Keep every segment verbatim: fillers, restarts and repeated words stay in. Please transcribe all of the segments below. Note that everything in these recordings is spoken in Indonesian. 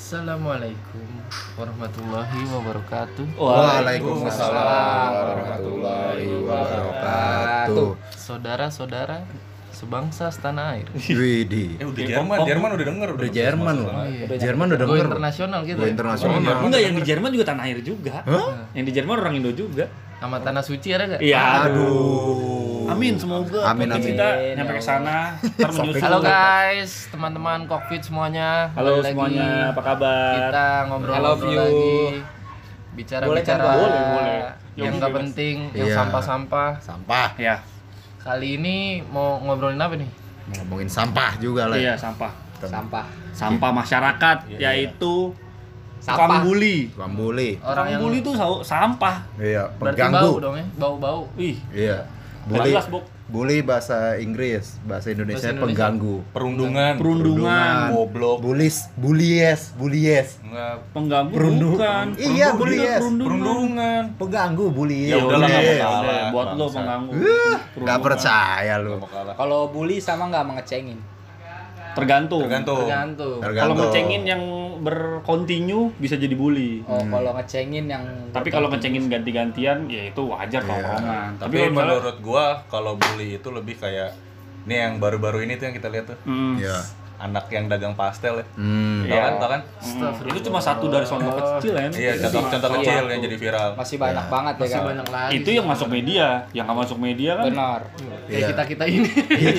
Assalamualaikum warahmatullahi wabarakatuh. Waalaikumsalam warahmatullahi wabarakatuh. Saudara-saudara sebangsa setanah air. Widih. Eh udah Jerman, Jerman udah denger Udah Jerman loh. Oh, iya. Jerman udah Go denger. internasional gitu. Go ya? internasional. Enggak, yang di Jerman juga tanah air juga. Hah? Yang di Jerman orang Indo juga. Sama tanah suci ada gak? Iya. Aduh. Amin, semoga Amin, podcast amin. kita nyampe ke sana. Ntar menyusul. Halo guys, teman-teman Kokpit semuanya. Halo Balik semuanya, lagi apa kabar? Kita I love ngobrol-ngobrol you. lagi. Bicara-bicara Boleh kan, boleh, boleh. yang Yuk, gak bebas. penting, yang Iya. sampah-sampah. Sampah. Ya, Kali ini mau ngobrolin apa nih? Ngomongin sampah juga lah. iya sampah. Sampah. Sampah masyarakat, Iya, iya. yaitu Sampah. tukang bully. Tukang bully. Orang Tukang yang bully itu sa- sampah. Iya, berarti bau pengganggu. dong ya, bau-bau. Wih, Iya. nggak Bully. jelas, Bok. Bully bahasa Inggris, bahasa Indonesia, Bahasa Indonesia. pengganggu. Perundungan, Perundungan, goblok, Bulis, bullies, bullies. enggak pengganggu Perundu- bukan. Iya, Perundungan, bullies. perundungan. perundungan. Pengganggu bullies. Ya udahlah, nggak Bullies. apa-apa. Udah, Kalah, buat lo bangsa. pengganggu. Uh, Nggak Perundungan. percaya lu. Nggak mau kalah. Kalau bully sama nggak mengecengin? Tergantung. Tergantung. Tergantung. Kalau Tergantung. ngecengin yang berkontinu bisa jadi bully. Oh, Hmm. kalau ngecengin yang Tapi kalau ngecengin ganti-gantian ya itu wajar Iya. tongkrongan. Tapi kalau misalnya- menurut gua kalau bully itu lebih kayak ini yang baru-baru ini tuh yang kita lihat tuh Hmm. Iya. anak yang dagang pastel ya. Hmm. Tahu Iya. kan? Tahu kan? Hmm. Itu cuma satu dari contoh kecil ya. Iya, contoh-contoh Iya. kecil yang jadi viral. masih banyak Ya. banget ya Masih kan? banyak lagi. Itu sih. yang masuk media, yang nggak masuk media kan. Benar. Kayak Iya. kita-kita ini.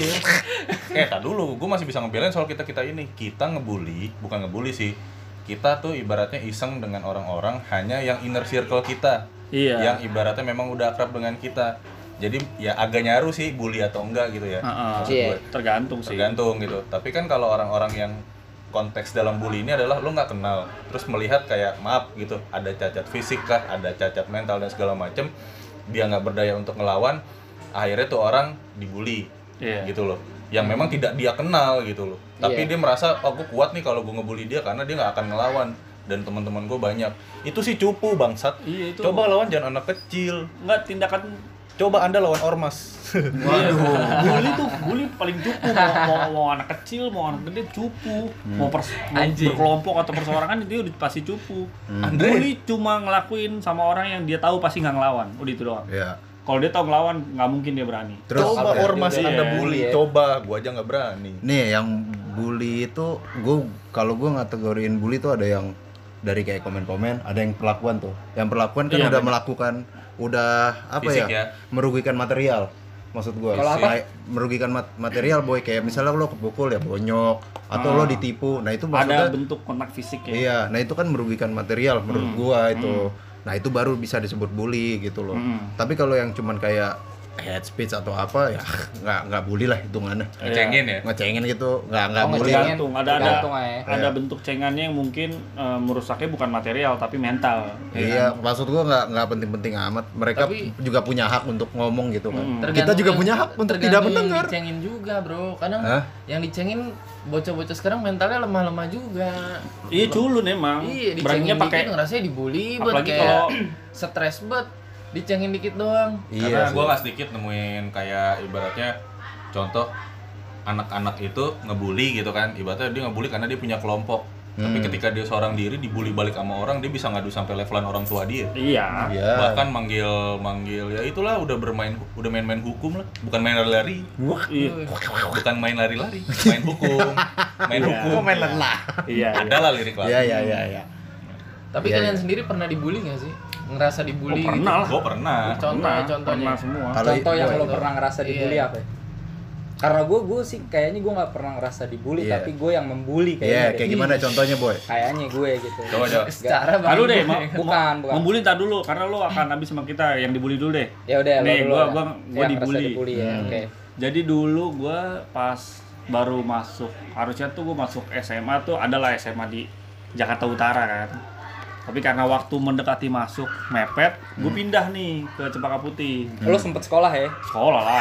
Eh, tak dulu, gua masih bisa ngebelain soal kita-kita ini. Kita ngebully, bukan ngebully sih. Kita tuh ibaratnya iseng dengan orang-orang hanya yang inner circle kita. Iya. Yang ibaratnya memang udah akrab dengan kita. Jadi ya agak nyaru sih bully atau enggak gitu ya. Heeh. Maksud Iya. gue. Tergantung sih. Tergantung gitu. Tapi kan kalau orang-orang yang konteks dalam bully ini adalah lo nggak kenal, terus melihat kayak maaf gitu, ada cacat fisik kah, ada cacat mental dan segala macem, dia nggak berdaya untuk ngelawan, akhirnya tuh orang dibully, Iya. gitu loh. Yang memang tidak dia kenal gitu loh. Tapi Iya. dia merasa, oh gue kuat nih kalau gue ngebully dia karena dia nggak akan ngelawan. Dan teman-teman gue banyak. Itu sih cupu bangsat. Iya, itu. Coba lawan jangan anak kecil. Nggak tindakan. Coba anda lawan ormas. Waduh. bully tuh, bully paling cupu. Mau, mau, mau anak kecil, mau anak gede cupu. Mau, pers, mau Anjing. berkelompok atau perseorangan itu udah pasti cupu. Andre. Bully cuma ngelakuin sama orang yang dia tahu pasti nggak ngelawan. Udah itu doang. Iya. Kalau dia tahu ngelawan, nggak mungkin dia berani. Terus Coba Iya. ormas Iya. anda bully. Iya. Coba, gue aja nggak berani. nih yang bully itu gue kalau gue ngategoriin bully itu ada yang dari kayak komen-komen, ada yang perlakuan tuh. Yang perlakuan kan Iya, udah bener. melakukan udah apa Fisik ya? ya. Merugikan material. Maksud gue Kalau apa? kayak merugikan mat- material boy, kayak misalnya lo kepukul ya bonyok atau Ah. lo ditipu. Nah, itu maksudnya Ada bentuk kontak fisik ya. iya, nah itu kan merugikan material menurut Hmm. gua itu. Nah, itu baru bisa disebut bully gitu loh. Hmm. Tapi kalau yang cuman kayak head speech atau apa ya nggak nggak bully lah hitungannya. Ngecengin ya. Ngecengin gitu nggak nggak Oh, bully. ngecengin. Tergantung, ada ada Tergantung aja. ada Iya. bentuk cengannya yang mungkin eh, merusaknya bukan material tapi mental. ya Iya, kan? maksud gua nggak nggak penting-penting amat. Mereka Tapi- juga punya hak untuk ngomong gitu kan. Hmm. Kita Tergantung juga yang- punya hak untuk tidak tergantung mendengar. Yang dicengin juga, Bro. Kadang Hah? yang dicengin bocah-bocah sekarang mentalnya lemah-lemah juga. Iya culun emang. Iya, Beraninya dicengin pakai dikit ngerasanya dibully, buat apalagi kayak kalau- stres banget. Dicengin dikit doang. Karena Iya. gue sih. nggak sedikit nemuin kayak ibaratnya contoh anak-anak itu ngebully gitu kan, ibaratnya dia ngebully karena dia punya kelompok. Tapi Hmm. ketika dia seorang diri dibully balik sama orang, dia bisa ngadu sampai levelan orang tua dia. Iya. Iya. Bahkan manggil manggil ya itulah udah bermain udah main-main hukum lah, bukan main lari-lari, Wah, Iya. bukan main lari-lari, main hukum, main Iya. hukum. kok main lelah. Iya. Ada lah lirik lagu. Iya, iya, iya, iya. Tapi Iya, kalian iya. sendiri pernah dibully nggak sih? Ngerasa dibully? Oh, pernah lah. Gue pernah. Contoh, Pernah, contohnya. pernah semua. Kalau Contoh yang gua- lo pernah ngerasa dibully Iya. apa ya? Karena gue gue sih kayaknya gue nggak pernah ngerasa dibully, Iya. tapi gue yang membuli Iya, kayaknya. kayak deh. gimana contohnya, Boy? Kayaknya gue gitu. Coba coba. Secara Lalu deh, bang. mau, Bukan, bukan. Membuli ntar dulu karena lo akan habis sama kita yang dibully dulu deh. Ya udah, lo Nih, dulu gua- lah. gua- gua Yang ngerasa dibully. dibully ya. Hmm. Oke. Jadi dulu gua pas baru masuk, harusnya tuh gua masuk S M A tuh adalah S M A di Jakarta Utara kan. Tapi karena waktu mendekati masuk mepet, gue pindah nih ke Cempaka Putih. Lo sempet sekolah ya? Sekolah lah.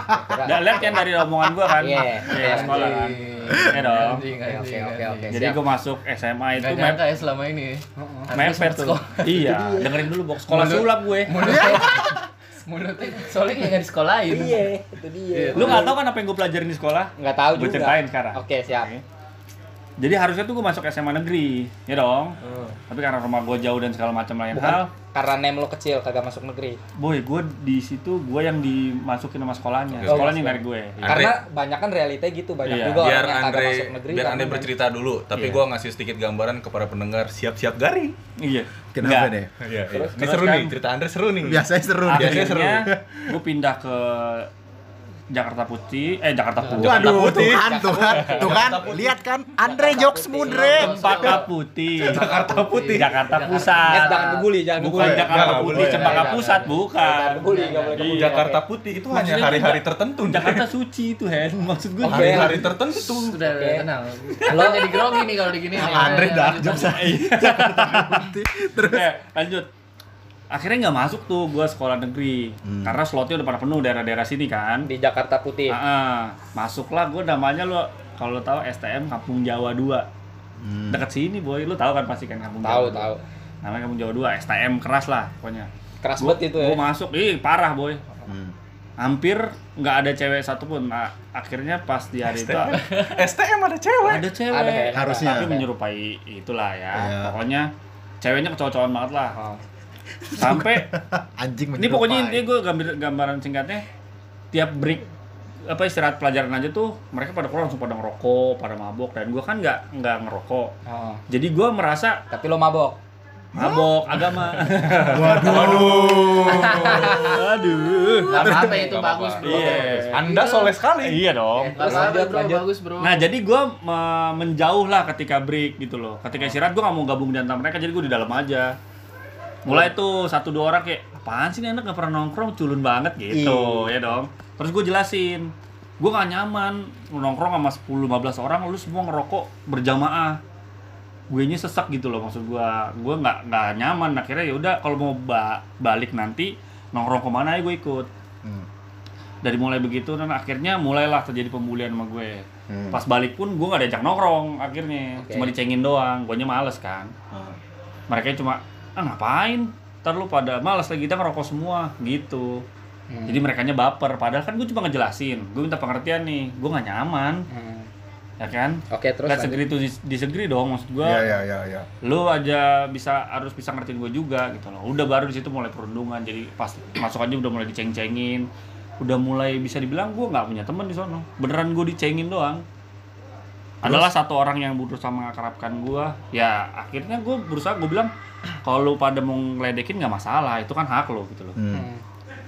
Dan lihat kan dari omongan gua kan. Iya, Iya, sekolah kan. Iya dong. Anjing, Oke, anjing, oke, oke, anjing. oke. Jadi siap. gua masuk S M A itu Nggak mep nyangka ya selama ini. Anda mepet sempet tuh. sekolah. Iya, dengerin dulu bok sekolah Mulut- sulap gue. Mulutnya soalnya nggak di sekolahin. Iya, itu dia. Lu nggak tahu kan apa yang gue pelajarin di sekolah? Nggak tahu Gue juga. ceritain sekarang. Oke, siap. Oke. Jadi harusnya tuh gue masuk S M A negeri, ya dong. Hmm. Tapi karena rumah gue jauh dan segala macam lain Bukan hal, karena name lo kecil kagak masuk negeri. boy, gue di situ gue yang dimasukin sama sekolahnya. Oh, Sekolahnya iya. narik gue. Andre. Karena banyak kan realita gitu, banyak Iya. juga Biar orang yang kagak Andre masuk negeri. biar karena Andre main- bercerita dulu, tapi Iya. gua ngasih sedikit gambaran kepada pendengar siap-siap garing. Iya. Kenapa Nggak. deh? Iya, Terus- Ini terus seru kan- nih, cerita Andre seru nih. Biasanya seru nih. Biasanya seru. Akhirnya gue pindah ke Jakarta Putih, eh Jakarta Putih. Waduh, tuh Putih. kan, tuh kan, tuh kan, lihat kan, Andre jokes mudre. Cempaka Putih. Jakarta Putih. Jakarta Eh, Pusat. jangan ngebully, jangan Bukan ngebully. Jakarta Jangan Putih, ngebully. Cempaka Jangan. Pusat, bukan. Jangan ngebully, nggak boleh Iya. ngebully. Jakarta Oke. Putih itu Maksudnya hanya hari-hari juga- tertentu. Jakarta suci itu, Hen. Maksud gue. Oh, hari-hari tertentu. Sudah Oke. tenang. Lo jadi grogi nih kalau digini. Andre dark jokes Terus lanjut. Akhirnya nggak masuk tuh gue sekolah negeri Hmm. karena slotnya udah pada penuh daerah-daerah sini kan. Di Jakarta Putih. Ah, ah. Masuklah gue namanya lo kalau lo tahu S T M Kampung Jawa dua. Hmm. Dekat sini boy, lo tahu kan pasti kan Kampung Tahu, Jawa. tahu. Namanya Kampung Jawa dua, S T M keras lah pokoknya. Keras Gua- banget itu ya. Gue masuk, ih parah boy. Hmm. Hampir nggak ada cewek satupun. Nah, akhirnya pas di hari itu S T M ada cewek. ada cewek. Ada, ya? Harusnya. Tapi menyerupai itulah ya. Iya. Pokoknya ceweknya kecowok-cowokan banget lah. Oh. Sampai Anjing ini pokoknya menyerupai. intinya gue gambar gambaran singkatnya tiap break apa istirahat pelajaran aja tuh mereka pada keluar langsung pada ngerokok, pada mabok dan gue kan nggak nggak ngerokok. Oh. Jadi gue merasa Tapi lo mabok. mabok agama. Waduh. Aduh. Gak apa-apa itu Nggak bagus apa-apa. bro. Iya. Anda soleh sekali. Iya dong. Gak apa-apa Lanjut, bro, lanjut. bagus bro. Nah jadi gue me- menjauh lah ketika break gitu loh. Ketika istirahat gue gak mau gabung di antara mereka jadi gue di dalam aja. Mulai tuh satu dua orang kayak apaan sih nih anak gak pernah nongkrong culun banget gitu ya dong. Terus gue jelasin gue gak nyaman nongkrong sama sepuluh lima belas orang lu semua ngerokok berjamaah. Gue nya sesak gitu loh maksud gue. Gue nggak nggak nyaman akhirnya ya udah kalau mau ba- balik nanti nongkrong kemana ya gue ikut. Hmm. Dari mulai begitu dan akhirnya mulailah terjadi pembulian sama gue. Hmm. Pas balik pun gue gak diajak nongkrong akhirnya. Oke. Cuma dicengin doang, gue nya males kan. Mereka cuma, ah ngapain? Ntar lu pada males lagi, kita ngerokok semua gitu. Hmm. Jadi mereka nya baper, padahal kan gue cuma ngejelasin. Gue minta pengertian nih, gue gak nyaman. Hmm. Ya kan? Oke, terus Gak lanjut. segeri itu disegeri dong, maksud gue. Iya, iya, iya, iya. Lu aja bisa harus bisa ngertiin gue juga gitu loh. Udah baru di situ mulai perundungan. Jadi pas masuk aja udah mulai diceng-cengin. Udah mulai bisa dibilang gue nggak punya teman di sono. Beneran gue dicengin doang. Adalah satu orang yang berusaha mengakrabkan gue. Ya akhirnya gue berusaha gue bilang kalau lu pada mau ngeledekin nggak masalah, itu kan hak lo gitu loh. Hmm. Hmm.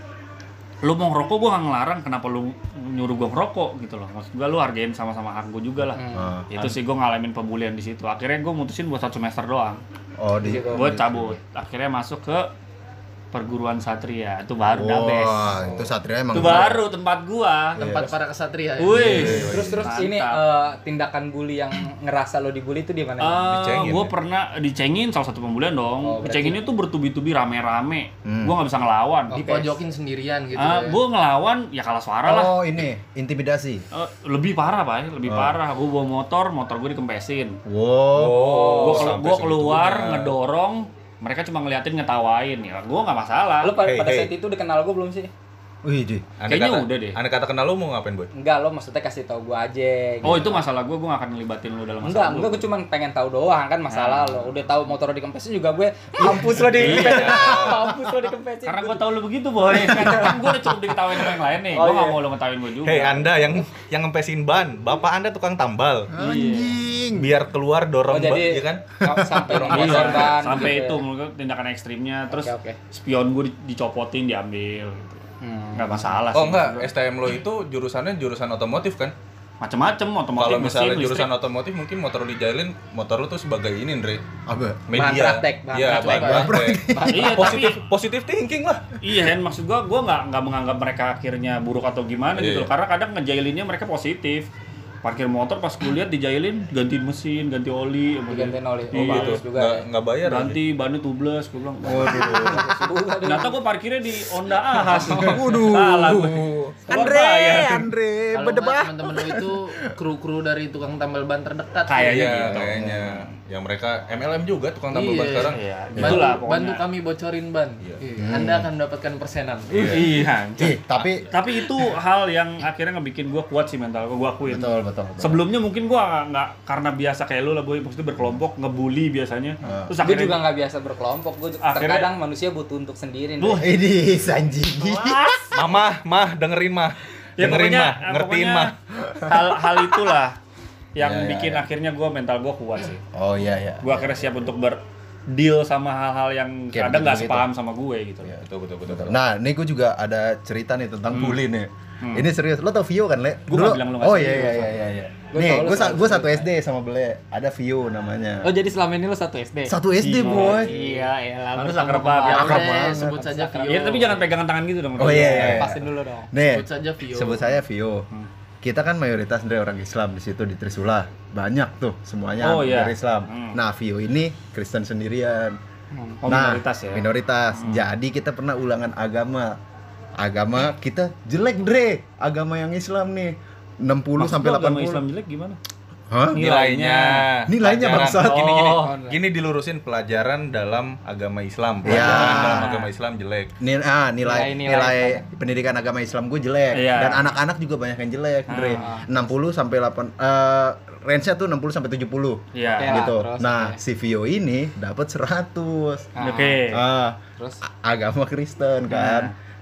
Lu mau ngerokok gue nggak ngelarang, kenapa lu nyuruh gue ngerokok gitu loh. Maksud gue lu hargain sama-sama hak gue juga lah. Hmm. Ah. Itu sih gue ngalamin pembulian di situ. Akhirnya gue mutusin buat satu semester doang. Oh, di Gitu. Gue cabut. Akhirnya masuk ke perguruan satria. Itu baru dah best. Wah, itu Satria emang. Itu baru tempat gua. Tempat para kesatria ya. Wih. Terus terus Mantap. ini eh, tindakan bully yang ngerasa lo dibully itu di mana? Eh, Dicengin gue ya? pernah dicengin salah satu pembulian dong. Oh, berarti- Dicenginnya tuh bertubi-tubi rame-rame. Hmm. Gue nggak bisa ngelawan. Oke. Dipojokin sendirian gitu. Ah, ya. gue ngelawan ya kalah suara lah. Oh, ini intimidasi. Eh, lebih parah pak, lebih Oh. parah. Gue bawa motor, motor gue dikempesin. Wow. Oh, gue sampai gua keluar segitunya. ngedorong, mereka cuma ngeliatin ngetawain ya. Gue nggak masalah. Lo pada, Hey, pada hey. saat itu udah kenal gue belum sih? Wih, deh. Andai Kayaknya kata- udah deh. Andai kata kenal lu mau ngapain, Boy? Enggak, lo maksudnya kasih tau gue aja gitu. Oh itu masalah gue, gue gak akan ngelibatin lu dalam Enggak, masalah enggak, lu. gue cuma pengen tahu doang kan masalah Hmm. lo. Udah tahu motor lo dikempesin juga gue mampus lo dikempesin. Mampus lo dikempesin. Karena gue tau lu begitu boy. Kan gue udah cukup diketawain sama yang lain nih. Oh, Gue gak iya. mau lu ngetawain gue juga. Hei Anda yang yang ngempesin ban, bapak Anda tukang tambal. Anjing. Biar keluar Oh, dorong ban, jadi ya kan? sampai Dorong motor motor. ban. Sampai gitu itu ya. menurut gue tindakan ekstrimnya. Terus Oke, oke. spion gue di- dicopotin, diambil. Gitu. Hmm. Gak masalah Oh sih. enggak, maksud gua. S T M lo itu jurusannya jurusan otomotif kan? Macem-macem, otomotif, Kalau misalnya mesin, jurusan listrik. otomotif mungkin motor lo dijailin, motor lo tuh sebagai ini, Andre. Apa? Media. Bahan praktek, bahan Iya, praktek. bahan Bahan praktek. Iya, Positif tapi positif thinking lah. iya Hen, maksud gue, gue gak, nggak menganggap mereka akhirnya buruk atau gimana gitu Iya. loh. Karena kadang ngejailinnya mereka positif. Parkir motor pas gue lihat dijailin, gantiin mesin, ganti oli. Digantiin oli. Oh, Iya. bagus juga. Nggak ya. nggak bayar. aja. Ganti bannya tubles, gue bilang. Juga Ternyata gue parkirnya di Honda Ahas. Waduh. Salah gue. Keluar Andre, bayar. Andre, Kalau debah. Teman-teman lu itu kru-kru dari tukang tambal ban terdekat. Kayaknya Iya, gitu. kayaknya. Yang mereka M L M juga tukang tambal ban Iya. sekarang. Iya, Bantu, itulah pokoknya. bantu kami bocorin ban. Iya. Iya. Anda akan mendapatkan persenan. Iya. Eh, tapi Tapi itu hal yang akhirnya ngebikin gue kuat sih mental gue, gue akuin. betul betul. betul. Sebelumnya mungkin gue nggak karena biasa kayak lu lah, gue maksudnya berkelompok, ngebully biasanya. Terus Gue akhirnya juga nggak biasa berkelompok. Gue Akhirnya- terkadang manusia butuh untuk sendiri. Duh. Ini sanjing. Mama, mah dengerin mah. ya dengerin pokoknya, mah, eh, ngertiin pokoknya mah. hal hal itulah yang Ya, ya, bikin ya. akhirnya gue mental gue kuat sih. Oh iya iya. Gue akhirnya siap untuk ber deal sama hal-hal yang Kayak kadang nggak begitu-begitu. sepaham sama gue gitu. Iya. Betul betul betul. Nah, ini gue juga ada cerita nih tentang Hmm. bully nih. Hmm. Ini serius. Lo tau Vio kan, Le? Gua nggak bilang lo nggak Oh serius. iya iya iya iya. iya. Gua Nih, tau lo gue sa- selalu gue satu serius. S D sama Bele. Ada Vio namanya. Oh jadi selama ini lo satu S D? Satu S D, Iya. boy. Iya, iya lah. Harus bersama akrab kembali. banget. Ya Akrab udah, banget. sebut saja Vio. Iya, tapi jangan pegangan tangan gitu dong. Oh iya iya. iya. Pasin dulu dong. Nih, Sebut saja Vio. sebut saya Vio. Hmm. Kita kan mayoritas dari orang Islam di situ di Trisula. Banyak tuh semuanya Oh, iya. dari Islam. Hmm. Nah, Vio ini Kristen sendirian. Oh, nah, minoritas ya. minoritas. Jadi kita pernah ulangan agama. Agama kita jelek, Dre. Agama yang Islam nih. enam puluh Maksud sampai lo agama delapan puluh. Islam jelek gimana? Hah? Nilainya. Nilainya, Pelajaran. bangsat. Gini gini. Oh. Gini dilurusin pelajaran dalam agama Islam. Iya. Pelajaran dalam agama Islam jelek. Nil ah, nilai, Nilai- nilai, nilai pendidikan agama Islam gue jelek. Iya. Dan anak-anak juga banyak yang jelek, Dre. Ah. enam puluh sampai delapan eh range-nya tuh enam puluh sampai tujuh puluh. Iya. Oke. Gitu. terus, Nah, oke. si Vio ini dapat seratus. Ah, Oke. Ah, Terus agama Kristen kan. Nah.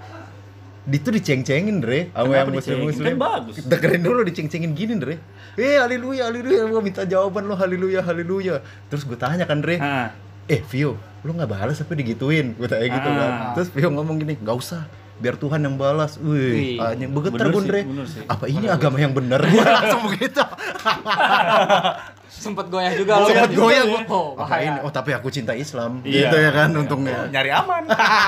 Itu diceng-cengin, Dre, sama Kenapa yang muslim-muslim. dicengin? Kan bagus. Dengerin dulu diceng-cengin gini, Dre. Eh, haleluya, haleluya, gua minta jawaban lo, haleluya, haleluya. Terus gue tanya kan, Dre, Nah, eh Vio, lu nggak balas tapi digituin? Gue tanya gitu kan. Ah. Terus Vio ngomong gini, nggak usah, biar Tuhan yang balas. Wih, Wih, anjing begetar bener gue, sih, Dre. bener sih. Apa ini agama yang benar? Gue langsung begitu. sempet goyah juga lo. Sempet kan? goyah gue. Oh, Apa bahaya. ini? Oh, tapi aku cinta Islam. Iya. Gitu ya kan untungnya. Nyari aman.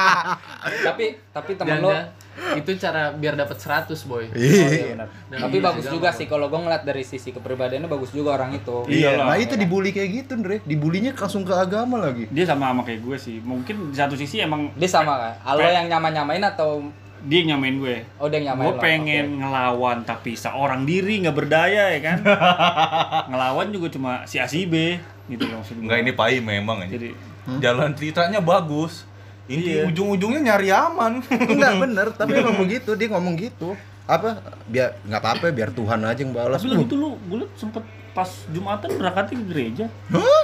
Tapi tapi temen Dan lo dia- itu cara biar dapat seratus, boy. Iya. benar. Dan tapi bisa bagus gampang. juga sih kalau gue ngeliat dari sisi kepribadiannya bagus juga orang itu. Iya, Iyalah. nah itu dibully kayak gitu, Dre. Dibulinya langsung ke agama lagi. Dia sama sama kayak gue sih. Mungkin di satu sisi emang Dia sama kan? Lo Pe- yang nyamain-nyamain atau dia yang nyamain gue. oh dia yang nyamain Gue lo? pengen ngelawan tapi seorang diri nggak berdaya ya kan. Ngelawan juga cuma si A si B gitu loh maksud gue. Enggak, ini pai memang aja. Jadi Jalan ceritanya bagus. Ini Iya. ujung-ujungnya nyari aman. Enggak bener, tapi emang begitu, dia ngomong gitu. Apa? Biar nggak apa-apa, biar Tuhan aja yang balas. tapi Uh, lagi tuh lu gue liat sempet pas Jumatan berangkatnya ke gereja. Hah?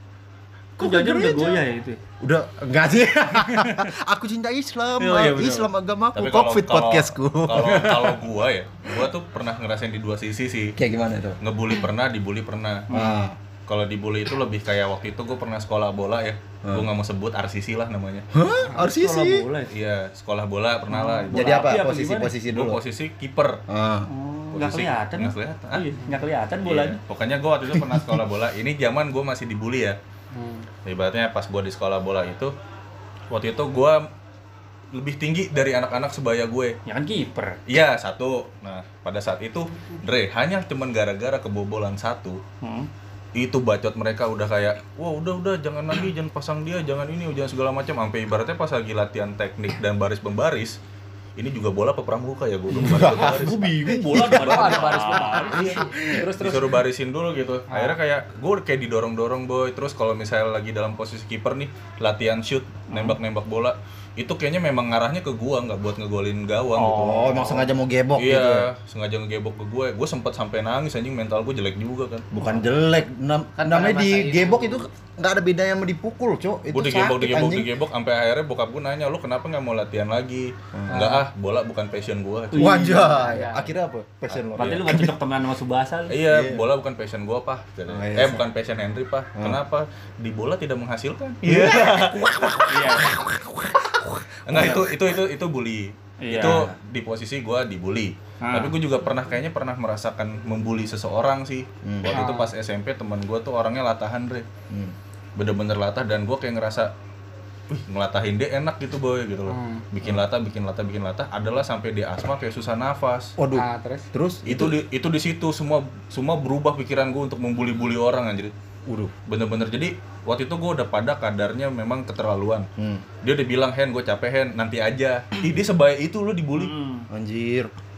Kok ke jajan udah gereja? goyah ya itu? ya? Udah enggak sih. Aku cinta Islam, Oh, iya, bener. Islam agamaku, Tapi kalau Covid kalau podcastku. kalau kalau gua ya, gua tuh pernah ngerasain di dua sisi sih. Kayak gimana itu? Ngebully pernah, dibully pernah. Ah. Kalau dibully itu lebih kayak waktu itu gue pernah sekolah bola ya. Gue nggak mau sebut R C C lah namanya. Hah? R C C? Sekolah bola ya? Iya, sekolah bola pernah lah. Bola Jadi apa? api apa Posisi-posisi Gue dulu. posisi kiper. Ah. Oh, nggak Posisi- kelihatan. nggak kelihatan. Ah. Iya, nggak kelihatan bolanya. Iya. Pokoknya gue waktu itu pernah sekolah bola. Ini zaman gue masih dibully ya. Hmm. Ibaratnya pas gue di sekolah bola itu, waktu itu gue lebih tinggi dari anak-anak sebaya gue. Ya kan kiper. Iya, satu. Nah, pada saat itu, Dre, hanya cuman gara-gara kebobolan satu, Hmm. itu bacot mereka udah kayak, wah udah udah jangan lagi, jangan pasang dia, jangan ini, jangan segala macam. Sampai ibaratnya pas lagi latihan teknik dan baris membaris, ini juga bola apa pramuka ya, gue baris membaris. Gue bingung bola ada Oh, ada baris baris. Terus terus. Disuruh barisin dulu gitu. Akhirnya kayak gue kayak didorong-dorong boy. Terus kalau misalnya lagi dalam posisi kiper nih, latihan shoot, nembak-nembak bola, itu kayaknya memang ngarahnya ke gua, nggak buat ngegolin gawang gitu. Oh, emang sengaja mau gebok Iya, gitu. ya? sengaja ngegebok ke gue. Gue sempet sampai nangis anjing, mental gue jelek juga kan. Bukan jelek, nam Kan namanya pada masa digebok itu. itu nggak ada bedanya sama dipukul, Cok. Itu Gue digebok, sakit digebok, anjing. digebok, sampai akhirnya bokap gue nanya, lu kenapa nggak mau latihan lagi? Enggak ah, bola bukan passion gue. Wanjay. Iya. Akhirnya apa? Passion lo. Berarti lu gak cocok temenan sama Subasa lu. Iya, bola bukan passion gue pak. Oh, iya, eh sih. bukan passion Henry pak. Kenapa? Di bola tidak menghasilkan. Iya. Enggak, itu itu itu itu bully. Iya. Itu di posisi gue dibully. Ah. Tapi gue juga pernah kayaknya pernah merasakan membuli seseorang sih. Hmm. Waktu itu Ah. pas S M P teman gue tuh orangnya latahan, Dre. Hmm. Bener-bener latah, dan gue kayak ngerasa, wih ngelatahin dia enak gitu boy gitu loh. Hmm. Bikin latah, bikin latah, bikin latah. Adalah sampai dia asma kayak susah nafas. Waduh. Nah, terus. Terus Itu di itu di situ semua semua berubah pikiran gue untuk membuli-buli orang anjir. waduh. Bener-bener jadi waktu itu gue udah pada kadarnya memang keterlaluan. Hmm. Dia udah bilang, Hen gue capek Hen, nanti aja. Ih dia sebaya itu lo dibully. Hmm. Anjir.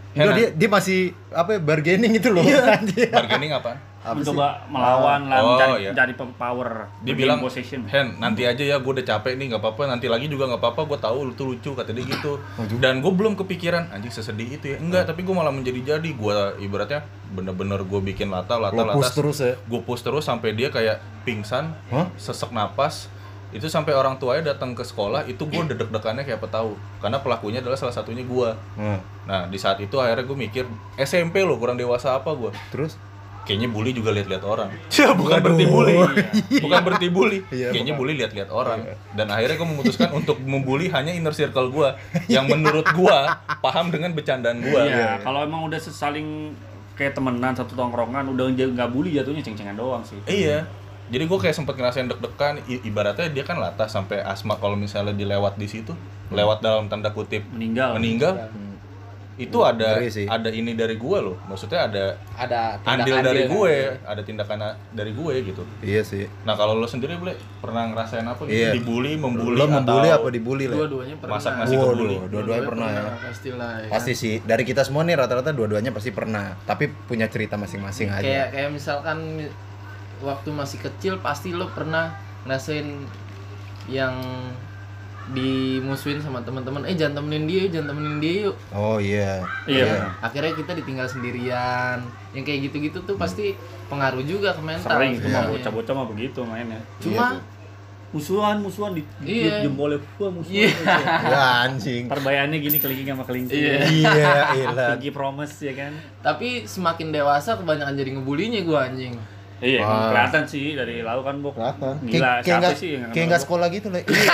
Enggak, dia dia masih apa ya, bargaining itu loh. Anjir. Bargaining apaan? Apa sih? mencoba melawan lah, Oh, mencari, iya. mencari power. Dia game bilang, possession. Hen, nanti aja ya, gue udah capek nih, nggak apa-apa. Nanti lagi juga nggak apa-apa. Gue tahu lu tuh lucu, kata dia gitu. Dan gue belum kepikiran, anjing sesedih itu ya. Enggak, tapi gue malah menjadi-jadi. Gue ibaratnya bener-bener gue bikin lata, lata, Lo lata. push terus ya. Gue push terus sampai dia kayak pingsan, Hah? sesek napas. Itu sampai orang tuanya datang ke sekolah, itu gue dedek-dekannya kayak apa tahu. Karena pelakunya adalah salah satunya gue. Nah, Nah, di saat itu akhirnya gue mikir, S M P loh, kurang dewasa apa gue. terus Kayaknya bully juga lihat-lihat orang. Bukan berarti bully. Bukan berarti bully. Iya, Kayaknya bukan. bully lihat-lihat orang. Dan akhirnya gue memutuskan untuk membuli hanya inner circle gue yang menurut gue paham dengan bercandaan gue. Iya, kalau emang udah saling kayak temenan satu tongkrongan, udah j- nggak bully jatuhnya ceng-cengan doang sih. Iya. Jadi gue kayak sempet ngerasain deg-degan. I- ibaratnya dia kan latah sampai asma kalau misalnya dilewat di situ, lewat dalam tanda kutip Meninggal. meninggal. Itu ada Ngeri sih. ada ini dari gue loh. Maksudnya ada Ada andil dari tindakan gue, dia. ada tindakan dari gue gitu. iya sih. Nah kalau lo sendiri boleh pernah ngerasain apa gitu? Iya. Dibully, membuli, Lo membuli atau apa dibully lah? Dua-duanya pernah. masak nasi Waduh, kebuli? dua-duanya pernah ya. Pastilah ya. Pasti sih. Dari kita semua nih rata-rata dua-duanya pasti pernah. Tapi punya cerita masing-masing aja. Kayak kayak misalkan waktu masih kecil pasti lo pernah ngerasain yang dimusuhin sama teman-teman, eh jangan temenin dia, jangan temenin dia yuk. Oh iya. Iya. Akhirnya kita ditinggal sendirian. Yang kayak gitu-gitu tuh pasti pengaruh juga ke mental. Sering itu mah sebenarnya. bocah-bocah mah begitu mainnya. Cuma Musuhan, musuhan di Iya. jempolnya gua musuhan. Iya. Ya anjing. Perbayannya gini kelingking sama kelingking. Iya. Iya, ilah. Pinky promise ya kan. tapi semakin dewasa kebanyakan jadi ngebulinya gua anjing. Iya, emang Wah. kelihatan sih dari lalu kan, Bok. Kelihatan. Gila, Kayak kayak siapa nggak sih yang kayak kenal nggak Bok? sekolah gitu lah. Iya.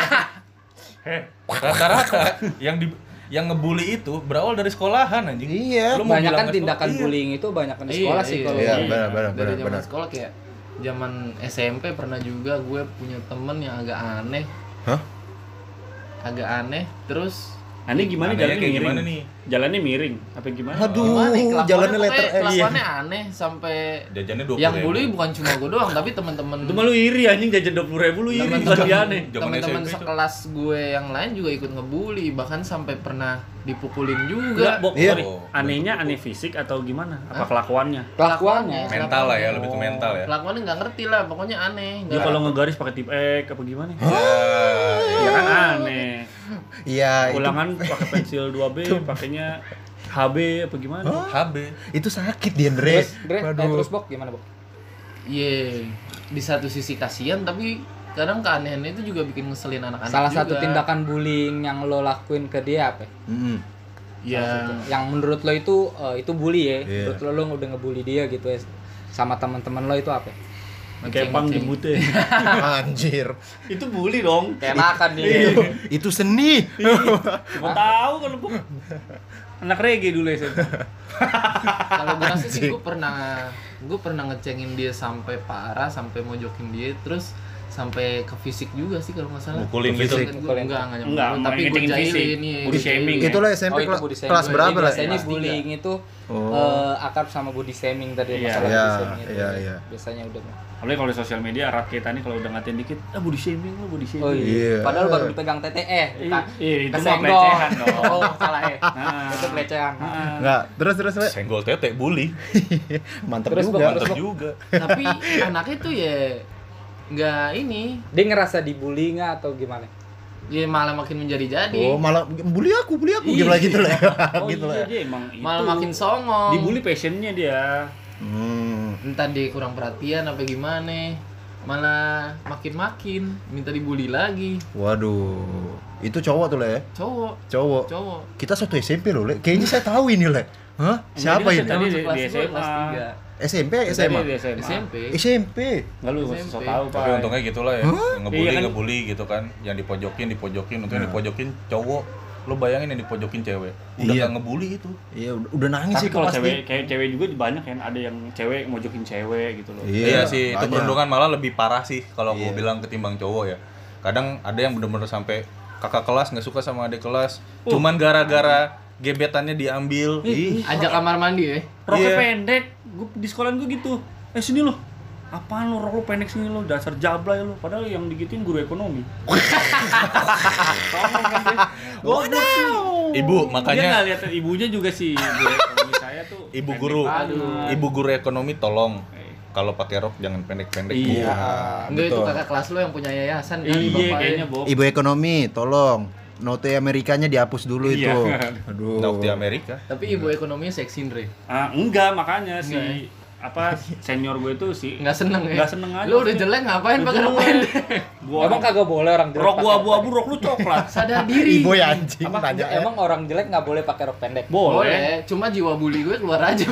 Rata-rata yang di yang ngebully itu berawal dari sekolahan anjing. Iya. Lu mau bilang Banyakan ke tindakan sekolah? Iya. bullying itu banyakan di sekolah sih kalau Iya, ini. benar, benar, Dari benar, zaman benar. sekolah kayak zaman S M P pernah juga gue punya temen yang agak aneh. Hah? Agak aneh, terus Nah, ini gimana Anehnya jalannya kayak miring? gimana nih? Jalannya miring apa gimana? Aduh, gimana ya, kelakuannya jalannya letter pokoknya X. kelakuannya aneh sampai Jajannya dua puluh yang bully bukan cuma gue doang tapi teman-teman Itu mah lu iri anjing, jajan dua puluh ribu lu iri. teman-teman Tadi aneh. Zaman teman-teman S M P itu. sekelas gue yang lain juga ikut ngebully, bahkan sampai pernah dipukulin Enggak, juga. Bok, Iya. sorry. Anehnya aneh fisik atau gimana? Apa kelakuannya? Kelakuannya. Mental lah ya, lebih ke mental ya. Kelakuannya nggak ngerti lah, pokoknya aneh. Dia Nggak- kalau ngegaris pakai tip X apa gimana? Ya, Ya kan aneh. Iya, itu Ulangan pakai pensil dua B, pakainya H B apa gimana? H B. itu sakit dia, Andre. Terus, Dre, eh, Waduh. terus Bok gimana, Bok? Iya, di satu sisi kasihan tapi kadang keanehan itu juga bikin ngeselin anak-anak Salah juga. satu tindakan bullying yang lo lakuin ke dia apa? Mm-mm. ya Yang menurut lo itu eh, itu bully ya? Iya. Menurut lo lo udah ngebully dia gitu ya sama teman-teman lo itu apa? Kayak pang ngeceng-ngeceng. jembutnya. Anjir. Itu bully dong. Keenakan Itu, dia. itu seni. Gua tahu kalau gua anak reggae dulu ya. Sen. Kalau gue rasa sih gue pernah gue pernah ngecengin dia sampai parah, sampai mojokin dia, terus sampai ke fisik juga sih kalau nggak salah. Mukulin Ke gitu. fisik. Gue enggak enggak nyampe Enggak, mukul, tapi gue ngecengin fisik. jahilin nih. Body shaming. Itu lah S M P Oh, itu kelas, body shaming. kelas berapa lah? Biasanya Kelas bullying itu Oh. eh, akrab sama body shaming tadi Iya. masalah Iya, body shaming itu. iya, iya. Biasanya udah. Apalagi kalau di sosial media erat kita nih kalau udah ngatain dikit, ah body shaming lu, body shaming. Oh iya. Iya. Padahal baru dipegang tete eh. Iya, iya, itu mah kesenggol. pelecehan dong. Oh, salah eh. Nah. Itu pelecehan. Nah, Enggak, terus terus Le. Senggol tete bully. Mantap Terus, juga. Bang, Mantap juga. Tapi anaknya tuh ya nggak ini, Dia ngerasa dibully nggak atau gimana? ya malah makin menjadi-jadi. Oh, malah bully aku, bully aku Iya. gimana gitu lah. Oh gitu lah. iya, dia emang Malah itu. makin songong. Dibully passionnya dia. Hmm. Entah dia kurang perhatian apa gimana, malah makin-makin minta dibully lagi. Waduh. Itu cowok tuh, Le. Cowok, Cowok. cowok. Kita satu S M P loh, Le. Kayaknya saya tahu ini, Le. Hah? Siapa Enggak, ini? dia Tadi di- Kelas di gua, S M A. kelas tiga. S M P, S M A. Tadi di S M A. S M P. S M P. Enggak lu nggak S M P. usah tahu, Pak. Tapi untungnya gitulah ya. Yang ngebully, Iya kan? ngebully gitu kan. Yang dipojokin, dipojokin. Untungnya dipojokin cowok. Lo bayangin yang dipojokin cewek. Udah Iya. gak ngebully itu. Iya, udah, udah nangis Tapi sih kalau pasti. cewek kayak cewek juga banyak kan, ada yang cewek mojokin cewek gitu loh. Iya, sih, itu banyak. perundungan malah lebih parah sih kalau gue Iya. bilang ketimbang cowok ya. Kadang ada yang bener-bener sampai kakak kelas nggak suka sama adik kelas, cuman gara-gara gebetannya diambil. Ih, Ajak kamar mandi ya. Roknya Iya. pendek, gua di sekolah gua gitu. Eh sini lo, apaan lo, rok lo pendek sini lo, dasar jablay lo. Padahal yang digituin guru ekonomi. Tolong kan dia. Goblok sih. Ibu, Dia makanya nggak lihat ibunya juga sih guru ekonomi. tuh Ibu pendek guru, banget. ibu guru ekonomi tolong kalau pakai rok jangan pendek-pendek. Iya. Enggak, itu betul. kakak kelas lo yang punya yayasan kan Iya bapaknya. kayaknya Bob. Ibu ekonomi, tolong note Amerikanya dihapus dulu Iya. itu. Aduh. Nah, waktu Amerika. Tapi ibu ekonominya seksi Andre. Ah, enggak makanya si Enggak apa senior gue itu si Enggak seneng ya. Nggak seneng aja. Lu udah jelek ngapain pakai rok pendek? gua Emang kagak boleh orang jelek. rok gua pakai abu-abu, rok lu coklat. Sadar diri. Ibu ya anjing Emang, tanya ya. emang orang jelek nggak boleh pakai rok pendek. Boleh. Boleh, cuma jiwa bully gue keluar aja.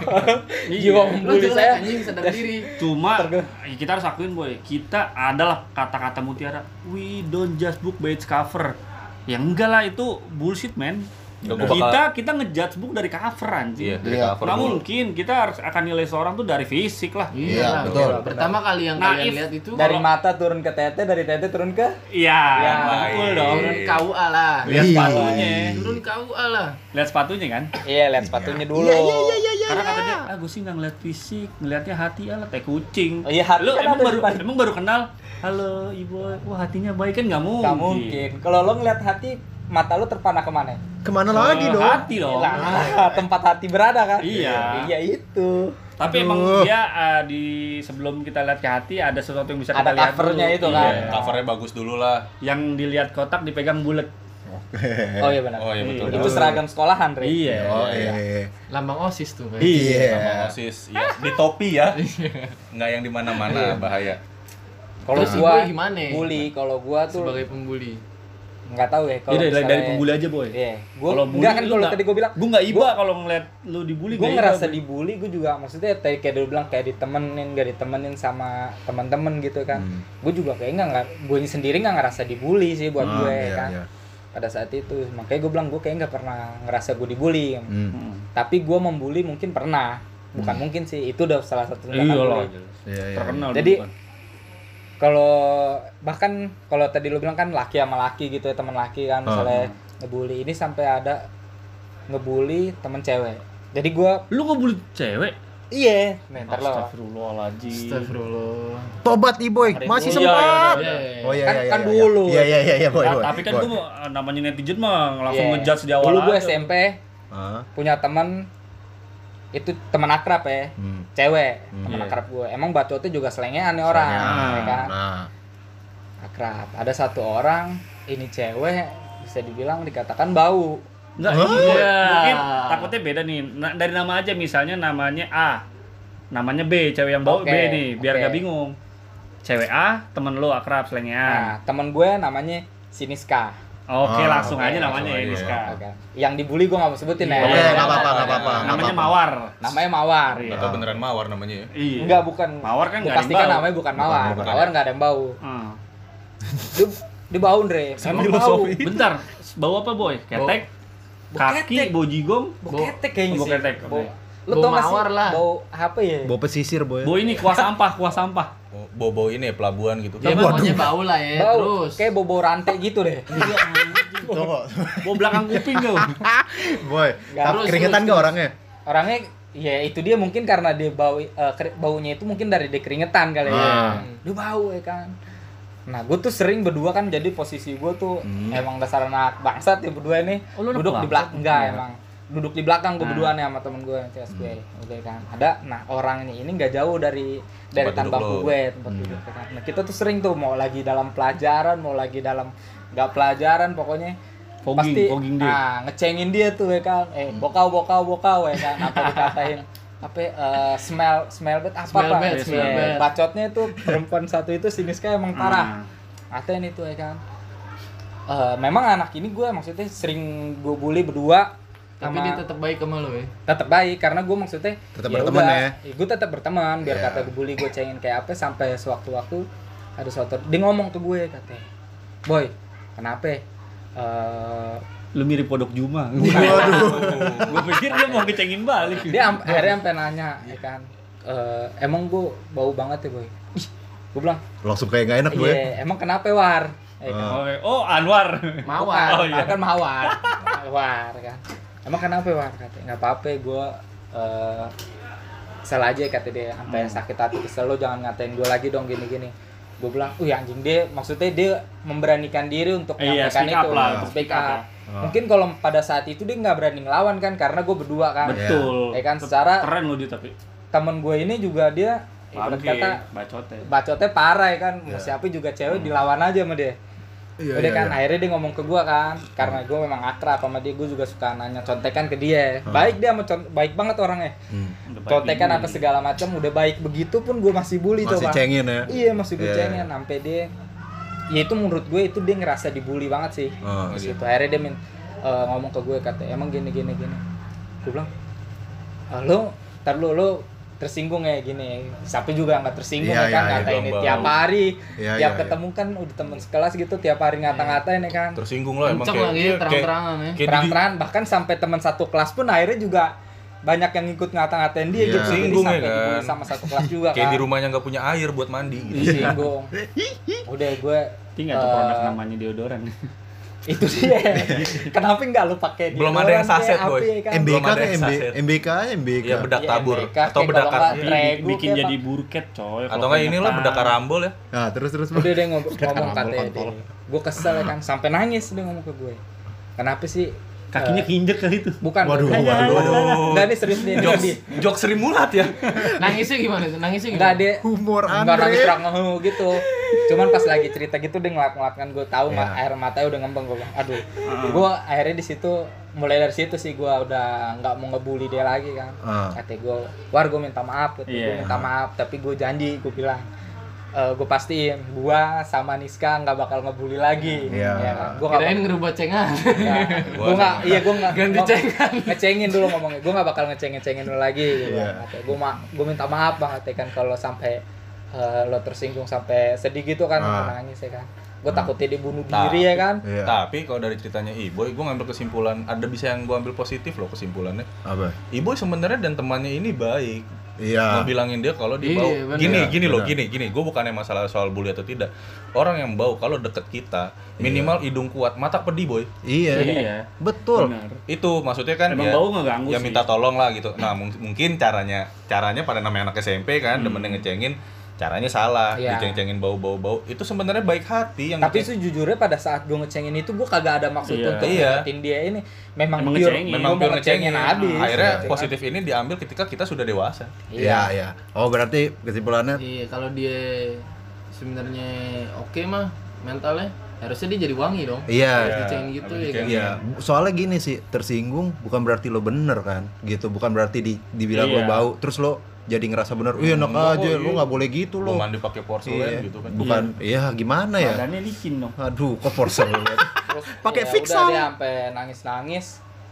Jiwa Lu membuli jelek saya. anjing, sadar diri. Cuma kita harus akuin boy, kita adalah kata-kata mutiara. We don't just book by its cover. Ya enggak lah, itu bullshit man. Nggak, gua Kita bakal- kita ngejudge book dari cover anjing. Iya, dari Iya. cover Nggak dulu. mungkin kita harus akan nilai seorang tuh dari fisik lah. Iya, lah, betul. Pertama kali yang Naif. kalian lihat itu Dari kalau mata turun ke tete, dari tete turun ke Iya, Ya, betul dong. turun K U A lah. Lihat Iya. sepatunya. Turun K U A lah. Lihat sepatunya kan. iya lihat sepatunya dulu. Karena kata dia, ah gue sih nggak ngeliat fisik, ngeliatnya hati alah teh kucing. Oh, iya, hati Lu kan emang ada baru di depan. emang baru kenal, halo ibu, wah hatinya baik kan nggak mungkin. Gak mungkin. Kalau lo ngeliat hati, mata lo terpana kemana? Kemana Ke lagi dong? Hati dong. Lah, tempat hati berada kan? Iya. Iya itu. Tapi Aduh. emang dia uh, di sebelum kita lihat ke hati ada sesuatu yang bisa Ada kita lihat covernya dulu. itu Iya. kan. Covernya bagus dulu lah. Yang dilihat kotak dipegang bulat. Oh iya benar. Oh iya betul. Itu seragam sekolahan, Re. Iya. Oh, eh. Lambang OSIS tuh kayak. Iya. Sama OSIS, ya. Di topi ya. Nggak yang di mana-mana, bahaya. Kalau Terus gua ibu gimana? bully, kalau gua tuh Sebagai pembuli. nggak tahu ya kalau Iya, dari, misalnya- dari pembuli aja boy. Iya. Gua Kalau bully enggak kan lu kalau nggak- tadi gua bilang Gue nggak iba kalau ngeliat lu dibully. gue nggak ngerasa iba, Boy. dibully, gue juga maksudnya tadi kayak dulu bilang kayak ditemenin gak ditemenin sama teman-teman gitu kan. Hmm. Gue juga kayak nggak nggak gue sendiri nggak ngerasa dibully sih buat Ah, gue iya, kan iya. pada saat itu. Makanya gue bilang gue kayak nggak pernah ngerasa gue dibully. Hmm. Hmm. Tapi gue membuli mungkin pernah, bukan mungkin sih, itu udah salah satu tindakan Iya gue. lah. Iya, iya. Terkenal. Jadi, dulu kan. Kalau bahkan kalau tadi lu bilang kan laki sama laki gitu ya, teman laki kan misalnya ngebully, ini sampai ada ngebully temen cewek. Jadi gue Lu ngebully cewek? iya, bentar lo. Astagfirullahaladzim. Astagfirullah. Tobat nih boy, masih Iya, sempat. iya, iya. Oh iya Kan- iya. kan iya, dulu. Iya iya iya iya boy. Nah, boy. tapi kan Boy. gue namanya netizen mah langsung Iya. ngejudge di awal Dulu gue aja. S M P Ah. punya teman itu teman akrab ya, Hmm. cewek, teman Iya. akrab gue. Emang bacotnya juga selengean nih orang, Selengean. ya kan? Nah. Akrab. Ada satu orang, ini cewek bisa dibilang dikatakan bau. Enggak, Hah? iya. Mungkin takutnya beda nih. Na- dari nama aja misalnya namanya A. Namanya B, cewek yang bau Oke, B nih, biar oke. gak bingung. Cewek A, temen lo akrab selengean. Nah, teman gue namanya Siniska. Oke, Ah, langsung oke, aja namanya langsung ya, aja. Niska. Oke. Yang dibully gue gak mau sebutin ya. Oke, Iya. nggak apa-apa, nggak apa-apa. nggak Namanya apa-apa. Mawar. Namanya Mawar. Iya. Atau beneran mawar namanya ya. Iya. Enggak, bukan. Mawar kan Gue nggak ada yang pastikan bau. namanya bukan Mawar. bukan. Mawar nggak ada yang bau. Hmm. Dia, dia bau, Andre. Emang bau. Bentar, bau apa boy? Ketek? Bau Kaki, ketek. bau jigong? Bau ketek kayaknya Bau sih. ketek, Bau, oke. lu Bau tau gak sih? mawar lah. Bau apa ya? Bawa pesisir boy. Bau ini kuah sampah, kuah sampah. Oh, bau-bau ini ya pelabuhan gitu. Ya pokoknya bau lah ya. Bau. Terus. Kayak bau-bau rantai gitu deh. Tunggu. Bau belakang kuping tuh. Boy. Nggak, Tapi terus, keringetan terus, nggak terus. orangnya? Orangnya ya itu dia mungkin karena dia bau eh, keri- baunya itu mungkin dari dia keringetan kali ya. Ah. Dia bau ya kan. Nah, gue tuh sering berdua kan, jadi posisi gue tuh emang dasar anak bangsat ya berdua ini. Oh, lu anak duduk di bangsat? belakang enggak Iya. emang. Duduk di belakang gue Nah. berdua nih sama temen gue C S gue. Udah kan. Ada nah orang ini ini enggak jauh dari dari Tempat duduk tanpa lo. gue, tempat duduk ya kan. Nah, kita tuh sering tuh mau lagi dalam pelajaran, mau lagi dalam enggak pelajaran pokoknya Fogging, pasti fogging dia. nah ngecengin dia tuh ya kan. Eh, bokau bokau bokau ya kan. Apa dikatain apa eh, smell smell bad apa Smell pak? bad, Iya, smell bad. Bacotnya tuh perempuan satu itu Siniska emang parah. Hmm. Ngatain itu ya kan. Eh, memang anak ini gue maksudnya sering gue bully berdua. Tapi dia tetap baik sama lo ya. tetap baik karena gue maksudnya Tetap berteman ya? gue tetap berteman biar Iya. kata gue bully gue cengin kayak apa sampai sewaktu-waktu ada suatu dia ngomong ke gue katanya, boy kenapa Eh, Lu mirip Kodok Juma. Waduh. Gue pikir dia mau ngecengin balik. dia am- akhirnya sampai nanya ya kan, "Eh, emang gue bau banget ya boy?" Ih, gue bilang Langsung kayak nggak enak boy. iya emang kenapa war ya kan? Ah. Oke. Oh, Anwar. Mawar. Oh, iya. kan mawar mawar kan emang kenapa war katanya nggak apa-apa gue eh kesel aja kata dia sampai sakit hati kesel lo jangan ngatain gue lagi dong gini-gini Gue bilang, "Uh, anjing dia maksudnya dia memberanikan diri untuk Iya, menyampaikan speak up itu, lah, untuk speak speak up up." ya. Ah. Mungkin kalau pada saat itu dia nggak berani ngelawan kan karena gue berdua kan. Betul. Ya kan secara Keren lo dia tapi. temen gue ini juga dia ibarat Bangke, kata bacotnya. bacotnya parah ya kan. Iya. Siapa juga cewek dilawan aja sama dia. Iya, Udah iya, kan iya. akhirnya dia ngomong ke gua kan karena gua memang akrab sama dia, gua juga suka nanya contekan ke dia. Baik dia sama con- baik banget orangnya. Hmm. Udah baik Contekan dibully. apa segala macam udah baik begitu pun gua masih bully Masih coba. cengin ya. Iya, masih gue Iya. cengin sampai dia ya itu menurut gue itu dia ngerasa dibully banget sih. Oh, Di gitu. situ akhirnya dia min, eh, ngomong ke gue kata emang gini gini gini. Gue bilang, "Ah, lo tar lu lo tersinggung ya gini." Siapa juga nggak tersinggung Iya, ya kan iya, ngatain iya, ini Bang. tiap hari. Iya, tiap iya, ketemu kan udah temen sekelas gitu tiap hari ngata-ngatain ya kan. Tersinggung lah emang Kenceng kayak lagi kayak- terang-terangan ya. kayak di- Terang-terangan bahkan sampai teman satu kelas pun akhirnya juga banyak yang ikut ngata-ngatain dia Iya. gitu. Jadi Singgung ya sampai dibully kan. sama satu kelas juga kayak kan. di rumahnya nggak punya air buat mandi gitu. Disinggung. Udah gue Tinggal tuh eh, produk namanya deodoran. itu dia. Kenapa enggak lu pakai Belum ada yang deodoran saset, kayak boy. apa ya kan? M B K Belum ada kayak yang M B saset. M B K M B K. Iya bedak Iya, tabur M B K, atau kayak bedak kalau nggak karambol. Trego Bikin kayak jadi apa? burket coy. Atau nggak inilah bedak karambol ya. Nah, terus terus. Udah dia ngomong, ngomong Karambol katanya kontol. dia. Gue kesel ya kan sampai nangis dia ngomong ke gue. Kenapa sih? Kakinya eh, keinjek kali itu. bukan. Waduh, bukan. waduh. Enggak nih serius dia. Jokes, dia. jokes Sri Mulat ya. Nangisnya gimana tuh? Nangisnya Enggak gimana? dia Humor Enggak Andre. nangis terang gitu. Cuman pas lagi cerita gitu dia ngelak-ngelak kan gue tahu Iya. ma- air matanya udah ngembang gue bilang, aduh. Gue akhirnya di situ mulai dari situ sih gue udah nggak mau ngebully dia lagi kan. Ah. Katanya gue, war gue minta maaf, gue Iya. minta maaf, tapi gue janji gue bilang. Eh, gue pastiin gua sama Niska nggak bakal ngebully lagi. Iya. Ya kan? Gua nggak Kirain ngerubah cengan. gue nggak iya gue nggak Ganti ngom- cengan. ngecengin dulu ngomongnya gue nggak bakal ngecengin-cengin lu lagi gitu. Iya. Gue ma gue minta maaf banget ya kan kalau sampai eh, lo tersinggung sampai sedih gitu kan Ah. nangis ya kan gue takutnya dia bunuh diri ya kan. Iya. Tapi kalau dari ceritanya Iboy, gue ngambil kesimpulan, ada bisa yang gue ambil positif loh kesimpulannya. Apa? Iboy sebenarnya dan temannya ini baik. Iya. Ngebilangin dia kalau dia Iya, bau. bener. Gini, Iya, gini loh, bener. gini, gini. Gue bukannya masalah soal bully atau tidak. Orang yang bau kalau deket kita, minimal hidung kuat, mata pedih boy. Iya. Iya. Betul. Benar. Itu maksudnya kan Emang ya, bau ngeganggu ya sih. minta tolong lah gitu. Nah mung- mungkin caranya, caranya pada namanya anak S M P kan, demen ngecengin. Caranya salah, Iya. diceng-cengin bau-bau-bau. Itu sebenarnya baik hati yang Tapi ngeceng- sejujurnya pada saat gue ngecengin itu gue kagak ada maksud Iya. untuk Iya. ngedeketin dia ini. Memang, Emang pure, ngecengin. memang gua pure mau ngecengin. habis. Akhirnya Ngecengin. positif ini diambil ketika kita sudah dewasa. Iya, iya. Oh, berarti kesimpulannya Iya, kalau dia sebenarnya oke mah mentalnya harusnya dia jadi wangi dong. iya. Harus dicengin gitu Harus ya kan. Iya, soalnya gini sih, tersinggung bukan berarti lo bener kan, gitu. Bukan berarti di, dibilang lo Iya. bau, terus lo jadi ngerasa bener. Iya, enak Oh, aja, iya. lo nggak boleh gitu Lo lo. mandi pakai porselen Iya. gitu kan. Bukan, iya gimana ya? Badannya licin dong. Aduh, kok porselen. Terus Pakai ya fixan. udah dia sampai nangis-nangis.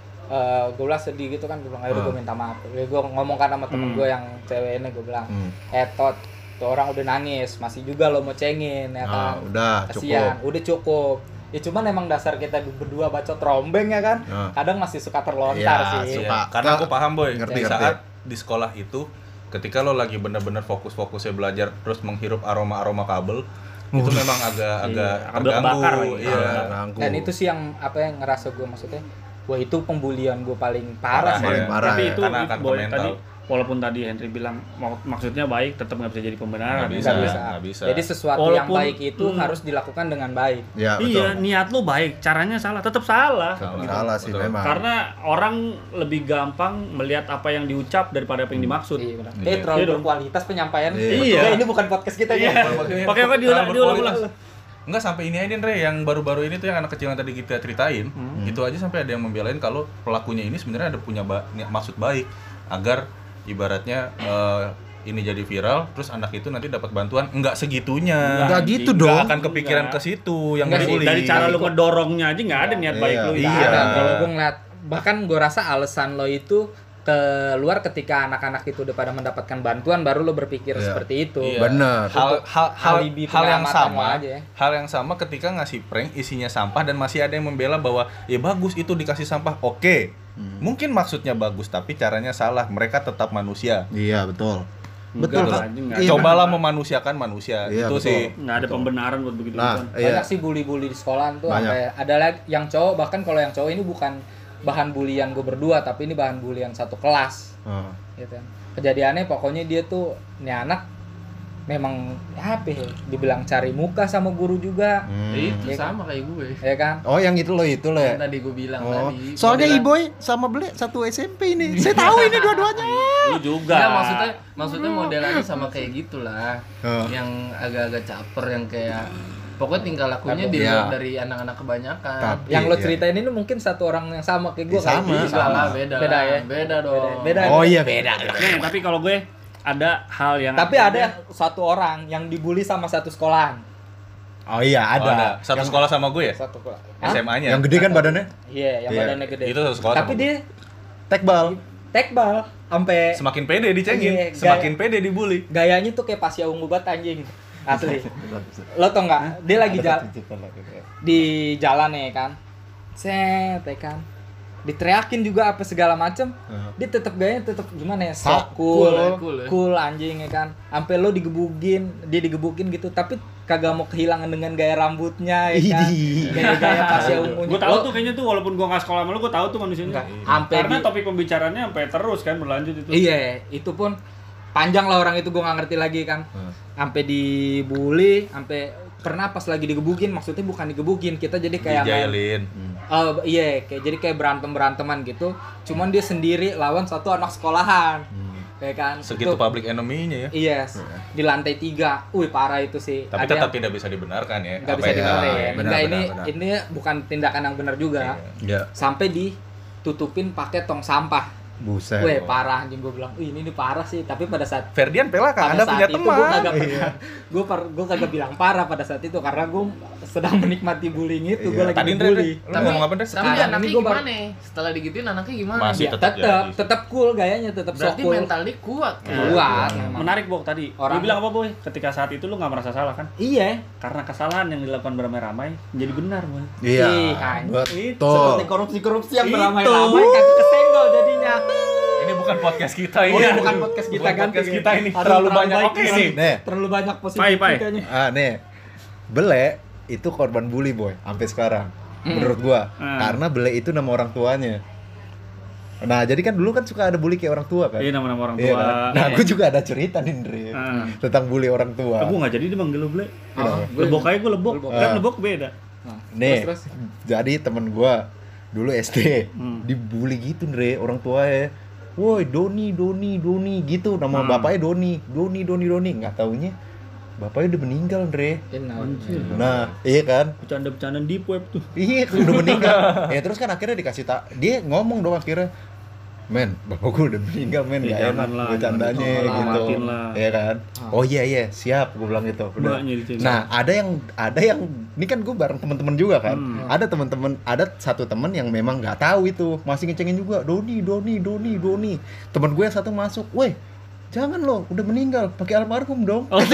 Eh gue bilang sedih gitu kan, gue bilang ayo Hmm. gue minta maaf. Gue ngomong kan sama temen Hmm. gue yang cewek ini, gue bilang, Hmm. eh Tot, tuh orang udah nangis, masih juga lo mau cengin ya Nah, kan? udah Kasian, cukup. udah cukup. Ya cuman emang dasar kita berdua bacot rombeng ya kan, Nah. kadang masih suka terlontar Iya, sih. suka. Iya, karena aku paham boy, Ngerti, di ngerti. saat di sekolah itu ketika lo lagi bener-bener fokus-fokusnya belajar terus menghirup aroma-aroma kabel itu memang agak agak Iya, kabel kebakar terganggu. lagi. Iya. Ah, ganggu. Dan itu sih yang apa yang ngerasa gue maksudnya, wah itu pembulian gue paling parah, Parah, sih. paling ya. parah Tapi ya. itu, Karena itu akan ke boy, mental. tadi walaupun tadi Henry bilang mak- maksudnya baik, tetap nggak bisa jadi pembenaran. Nggak bisa. Nggak bisa. nggak bisa. Jadi sesuatu yang Walaupun- baik itu Hmm. harus dilakukan dengan baik. Ya, betul. Iya, niat lo baik, caranya salah, tetap salah. Salah. Salah sih Betul. memang. Karena orang lebih gampang melihat apa yang diucap daripada apa yang dimaksud. Iya benar. Iya. Eh terlalu Iya dong. berkualitas penyampaian. Iya. Ya, ini bukan podcast kita ya. Oke, oke, diulang, diulang, ulang. Enggak sampai ini aja Re, yang baru-baru ini tuh yang anak kecil yang tadi kita ceritain, Hmm. itu aja sampai ada yang membelain kalau pelakunya ini sebenarnya ada punya ba- niat- maksud baik agar ibaratnya eh, ini jadi viral, terus anak itu nanti dapat bantuan, enggak segitunya. Enggak gitu dong. Enggak akan kepikiran Enggak. ke situ yang Enggak sih, dibully. Dari cara lu ngedorongnya aja nggak ada niat baik Iya. lu. Iya. Ada. Kalau gue ngeliat, bahkan gue rasa alasan lo itu keluar ketika anak-anak itu udah pada mendapatkan bantuan, baru lo berpikir Iya. seperti itu. Iya. Bener. Hal hal hal, alibi hal yang penyelamatan lo sama aja ya. hal yang sama ketika ngasih prank isinya sampah dan masih ada yang membela bahwa ya bagus itu dikasih sampah, oke mungkin maksudnya bagus tapi caranya salah, mereka tetap manusia. Iya, betul. Enggak Betul, lah, Kak. anjing, nggak Iya, ada. Cobalah memanusiakan manusia. Iya, Itu betul. sih. Nggak ada pembenaran buat begitu. Nah, Banyak iya. sih bully-bully di sekolahan tuh. Banyak. Sampai ada lagi yang cowok, bahkan kalau yang cowok ini bukan bahan bulian gue berdua, tapi ini bahan bulian satu kelas. Ah. Gitu. Kejadiannya pokoknya dia tuh, nih anak memang apa ya, dibilang cari muka sama guru juga. Hmm. Ya itu Iya sama kayak gue. Ya kan? Oh, yang itu loh, itu loh. Yang Ya? tadi gue bilang Oh. tadi. Soalnya Gua bilang- Iboy sama Ble satu S M P ini. Saya tahu ini dua-duanya. Lu juga. Enggak, maksudnya maksudnya modelannya sama kayak gitulah. Oh. Yang agak-agak caper yang kayak pokoknya tingkah lakunya Tapi- dia Iya. dari anak-anak kebanyakan. Tapi- Yang lo Iya. ceritain ini mungkin satu orang yang sama kayak gue. Iya, sama. Enggak lah, beda. Beda lah. ya? Beda dong. Beda. Oh iya beda. Nih, tapi kalau gue ada hal yang Tapi ada satu orang yang dibully sama satu sekolahan. Oh iya Oh, ada. Satu Yang- sekolah sama gue ya? Satu sekolah. S M A-nya. Yang gede kan badannya? Iya, yang Iya. badannya gede. Itu satu sekolah Tapi sama dia Tekbal. tekbal sampai Semakin pede dicengin, Iya, semakin pede dibully. gayanya tuh kayak Pasya Ungu banget anjing. Asli. Lo tau nggak? Dia lagi jalan di jalan ya kan. Set ya kan. Diteriakin juga apa segala macem, Heeh. dia tetap gayanya tetap gimana ya, Sa- sok cool, cool ya, cool cool, ya. anjing ya kan, sampai lo digebukin, dia digebukin gitu, tapi kagak mau kehilangan dengan gaya rambutnya ya kan, Idih. gaya-gaya Pasya Ungunya. gue tahu Lo- tuh kayaknya tuh walaupun gue nggak sekolah sama lu, gue tahu tuh manusianya. Enggak, sampai Karena di- topik pembicaraannya sampai terus kan berlanjut itu. Iya, itu pun panjang lah orang itu, gue nggak ngerti lagi kan, sampai dibully, sampai pernah pas lagi digebukin, maksudnya bukan digebukin, kita jadi kayak main- Dijailin. Oh iya, kayak jadi kayak berantem beranteman gitu. Cuman dia sendiri lawan satu anak sekolahan, kayak kan. Segitu Itu- public enemy-nya ya. Iya, di lantai tiga. Wih parah itu sih. Tapi Ada tetap yang tidak bisa dibenarkan ya. nggak apa bisa yang dibenarkan. dilakukan. benar, Enggak, ini benar, benar. ini bukan tindakan yang benar juga. Ya. Sampai ditutupin pakai tong sampah. Buset. Wih parah anjing, gue bilang, "Wih, ini ini parah sih." Tapi pada saat Ferdian Pelaka, pada Anda saat punya itu teman. gue kagak pernah, gue gue kagak bilang parah pada saat itu karena gue sedang menikmati bullying itu, gue Iya. lagi Tadi Ndre, dibully. Ndre, lu ngomong apa Ndre? Tapi Sekarang anaknya ini gua baru- gimana? Setelah digituin anaknya gimana? Masih Ya, tetap tetap jadi. tetap cool gayanya, tetap Berarti sok cool. mental dia kuat kan? Kuat Iya. memang. Menarik Bok tadi. Orang- Lu bilang apa Boy? Ketika saat itu lu nggak merasa salah kan? Iya. Karena kesalahan yang dilakukan beramai-ramai jadi benar Boy. Iya. Ih, anjing. Betul. Seperti korupsi-korupsi yang Itu. beramai-ramai kaki kesenggol jadinya. Ini bukan podcast kita Oh, ini. iya, bukan podcast kita, Bukan ganti podcast ya. kita ini. Aduh, Terlalu terlalu banyak baik oke nih. sih. Nih, Terlalu banyak Pai, positif pai. kayaknya. ah nih. Bele itu korban bully, Boy, sampai sekarang. Menurut gua. Hmm. Karena Bele itu nama orang tuanya. Nah, jadi kan dulu kan suka ada bully kayak orang tua kan? Iya nama-nama orang Iya tua. kan? Nah, gue juga ada cerita nih, Ndre. Hmm. Tentang bully orang tua. Gue nggak jadi dipanggil lu Ble. Kenapa? Lebok aja gue lebok. Lebok. Kan Ah. lebok beda. Nah, Nih, terus, terus. jadi temen gua dulu S D Hmm. dibully gitu, Ndre, orang tuanya. Woi, Doni, Doni, Doni gitu, nama Hmm. bapaknya Doni, Doni, Doni, Doni, nggak taunya bapaknya udah meninggal, Ndre. Anjir. Nah, iya kan? Bercanda-bercanda deep web tuh. Iya, udah meninggal. Ya terus kan akhirnya dikasih tak, dia ngomong dong akhirnya, men, bapak gue udah meninggal, men, Ya, gak jangan enak lah, bercandanya jangan gitu, diselamatin lah. ya kan? Oh iya iya, siap, gue bilang gitu. Udah. Mbaknya di sini. Nah, ada yang ada yang ini kan gue bareng teman-teman juga kan. Hmm. Ada teman-teman, ada satu teman yang memang nggak tahu itu, masih ngecengin juga, Doni, Doni, Doni, Doni. Teman gue yang satu masuk, weh, jangan loh, udah meninggal, pakai almarhum dong. Oh,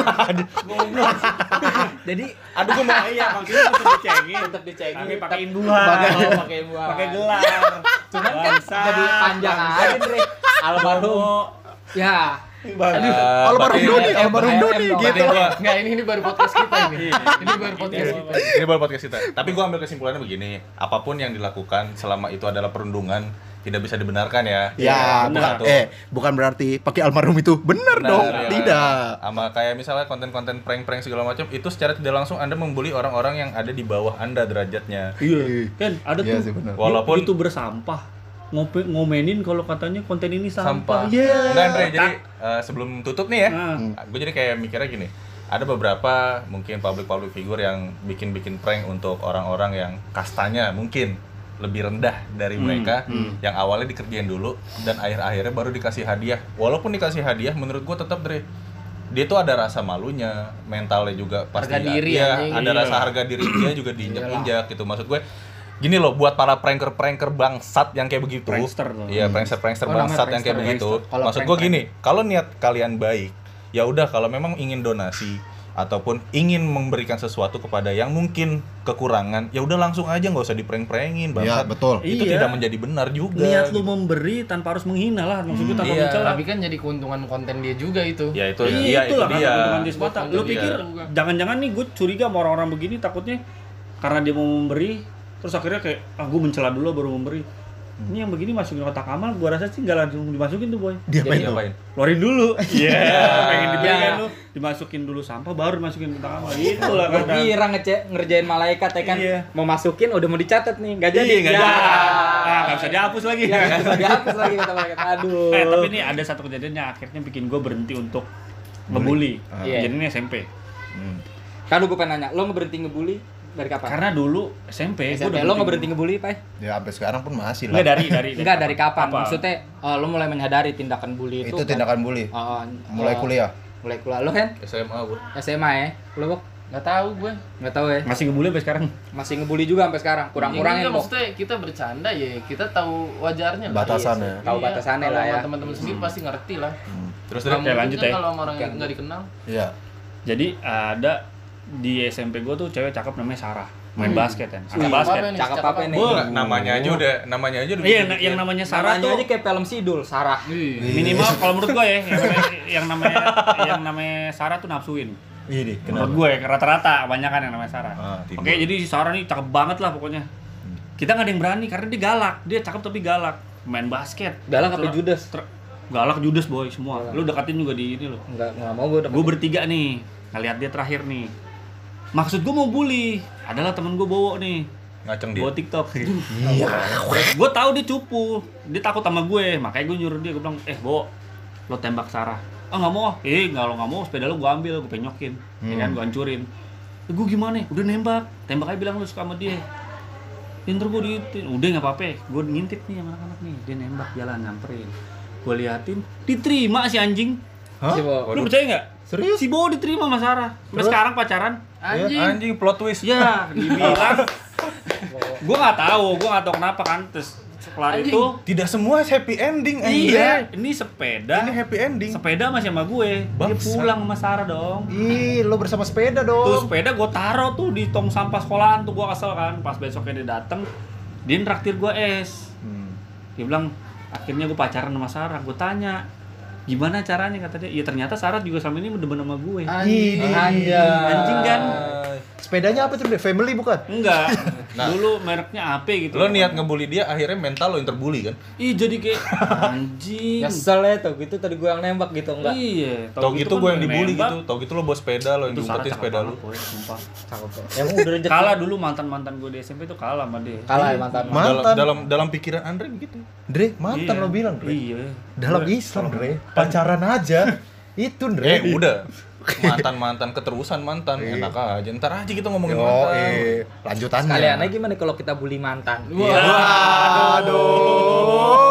Jadi aduh gue mau iya maksudnya tetap dicengin. tetap dicengin, Tapi tetap- pakai imbuhan. pakai oh, pakai buah. Pakai gelar. Cuman kan Bangsat, jadi panjang bangsat. aja, Ndre. Almarhum. Ya. Aduh, almarhum Doni, almarhum Doni dong, gitu. Gua, Enggak, ini ini baru podcast kita ini. Ini baru podcast kita. ini baru podcast kita. Tapi gua ambil kesimpulannya begini, apapun yang dilakukan selama itu adalah perundungan tidak bisa dibenarkan ya. Ya, benar. bukan, eh, bukan berarti pakai almarhum itu benar dong, ya. tidak. Sama kayak misalnya konten-konten prank-prank segala macam itu secara tidak langsung Anda membuli orang-orang yang ada di bawah Anda derajatnya. Iya. Kan ada Iya tuh. sih, benar. Walaupun itu bersampah. Ngope, ngomenin kalau katanya konten ini sampah. sampah. Iya. Nah, Andre, jadi eh, sebelum tutup nih ya, Nah. gue jadi kayak mikirnya gini. Ada beberapa mungkin public-public figure yang bikin-bikin prank untuk orang-orang yang kastanya mungkin lebih rendah dari Hmm, mereka, hmm. yang awalnya dikerjain dulu dan akhir-akhirnya baru dikasih hadiah. Walaupun dikasih hadiah, menurut gue tetap Dre, dia tuh ada rasa malunya, mentalnya juga pasti Harga diri, ya, anjing. ada Iya. rasa harga diri dia juga diinjak-injak gitu. Maksud gue gini loh, buat para pranker-pranker bangsat yang kayak begitu. Prankster tuh. Iya, prankster-prankster Oh, namanya bangsat yang kayak prankster, begitu. prankster. Kalau Maksud gue prank-prank. gini, kalau niat kalian baik, ya udah kalau memang ingin donasi ataupun ingin memberikan sesuatu kepada yang mungkin kekurangan, ya udah langsung aja, nggak usah diprank-prankin, Iya, bangsat. betul. Itu Iya. tidak menjadi benar juga. Niat lu gitu. memberi tanpa harus menghina lah, maksudnya tanpa iya. mencela. Tapi kan jadi keuntungan konten dia juga itu. Ya itu, Iya, iya, itu itulah kan dia. keuntungan dia semata. Lu Iya. pikir jangan-jangan nih gue curiga sama orang-orang begini takutnya karena dia mau memberi terus akhirnya kayak ah gue mencela dulu baru memberi. Ini yang begini masukin kotak amal, gua rasa sih nggak langsung dimasukin tuh boy. Dia Jadi main tuh. ngapain? Keluarin dulu. Iya. Pengen dibeli Iya. kan lu, dimasukin dulu sampah baru dimasukin kotak amal. Itulah Gue kadang. kira ngece ngerjain malaikat ya kan. Iya. Mau masukin udah mau dicatat nih, nggak jadi. Iya, nggak Ya. jadi. Ah, nggak bisa dihapus lagi. Ya, nggak bisa dihapus lagi kata malaikat. Aduh. Eh, tapi ini ada satu kejadian yang akhirnya bikin gue berhenti untuk ngebully. Iya. Jadi ini S M P. Hmm. Kan gue pengen nanya, lo ngeberhenti ngebully dari kapan? Karena dulu S M P, S M P gua udah lo ngeberhenti ngebully, Pak? Ya sampai sekarang pun masih Enggak lah. dari dari Enggak dari kapan? Apa? Maksudnya eh, lo mulai menyadari tindakan bully itu. Itu kan? tindakan bully. Oh, oh, Mulai oh, kuliah. Mulai kuliah. Lo kan S M A gua. S M A ya? Lo Bok? Nggak tahu gue. Nggak tahu ya. masih ngebully sampai sekarang. Masih ngebully juga sampai sekarang. Kurang-kurangin Ini kan Bok. maksudnya kita bercanda ya, kita tahu wajarnya lah. Batasannya. Iya, Tahu batasannya kalau lah ya. sama teman-teman sendiri pasti ngerti lah. Terus Nggak dari Oke, mungkin lanjut kan ya. kalau sama orang yang Oke. nggak dikenal. Iya. Jadi ada di S M P gue tuh cewek cakep namanya Sarah, main basket kan. Anak Wih, basket. apa nih? Cakep Cakep apa apa? nih? Wah. Nggak, namanya aja udah namanya aja udah Iya, bikin- yang namanya Sarah Namanya tuh aja kayak film Sidul, Sarah. Wih. minimal kalau menurut gue ya, yang namanya yang namanya, yang namanya Sarah tuh nafsuin. Ini Menurut kenapa? gue ya, rata-rata banyak kan yang namanya Sarah. Ah, timbul. Oke, jadi si Sarah nih cakep banget lah pokoknya. Kita nggak ada yang berani karena dia galak. Dia cakep tapi galak. Main basket. Galak apa Ter- judes? ter- Galak judes boy semua. Galak. Lu deketin juga di ini loh. Enggak, enggak mau gue Gue bertiga nih, ngeliat dia terakhir nih. Maksud gue mau bully. Adalah temen gue Bowo nih. ngaceng dia. Bawa TikTok. Iya. Gue tahu dia cupu. Dia takut sama gue. Makanya gue nyuruh dia. Gue bilang, eh Bowo, lo tembak Sarah. Ah nggak mau. Eh nggak lo nggak mau. Sepeda lo gue ambil, gue penyokin. Ya kan, gue hancurin. Eh, gue gimana? Udah nembak. Tembak aja bilang lo suka sama dia. Pinter gue diitin. Udah nggak apa-apa. Gue ngintip nih sama anak-anak nih. Dia nembak jalan nyamperin. Gue liatin. Diterima si anjing. Hah? Coba. Lu percaya nggak? Serius? Si Bowo diterima sama Sarah. Sampai Terus? sekarang pacaran. Anjing. Anjing plot twist. Ya, dibilang. Gue nggak tahu, gue nggak tahu kenapa kan. Terus setelah Anjing. itu, Tidak semua happy ending anjing. iya, ini sepeda. Ini happy ending. Sepeda masih sama gue. Dia Bangsat. pulang sama Sarah dong. Ih, lo bersama sepeda Tuh dong. sepeda gue taruh tuh di tong sampah sekolahan tuh, gue kesel kan. Pas besoknya dia dateng, dia traktir gue es. Hmm. Dia bilang, akhirnya gue pacaran sama Sarah. Gue tanya, gimana caranya? Kata dia, iya ternyata Sarah juga selama ini demen sama gue. Anjing. Ini. Anjay. Anjing kan? Sepedanya apa tuh? Family bukan? Enggak, Nah. dulu mereknya A P gitu. Lo niat ngebully dia, akhirnya mental lo yang terbully kan? Ih jadi kayak anjing. Nyesel ya tuh gitu tadi gue yang nembak gitu enggak. Iya, Tau gitu kan gue yang dibully nembak. gitu. Tau gitu lo bawa sepeda lo yang Itu Sarah diumpetin cakep sepeda lo. banget, boy, sumpah. Cakep ya. Emang udah rezeki. Kalah dulu mantan-mantan gue di S M P tuh kalah sama dia. Kalah ya mantan. Ma- Dalam, Mantan. dalam dalam pikiran Andre begitu. Dre, mantan Iya. lo bilang, Dre. Iya. Dalam Islam, Dre. Pacaran aja. Itu, Dre. Eh udah. Mantan-mantan keterusan mantan. Enak aja. Ntar aja kita ngomongin Yo, mantan. eh, lanjutannya. Sekalian aja gimana kalau kita bully mantan? Wah. Aduh.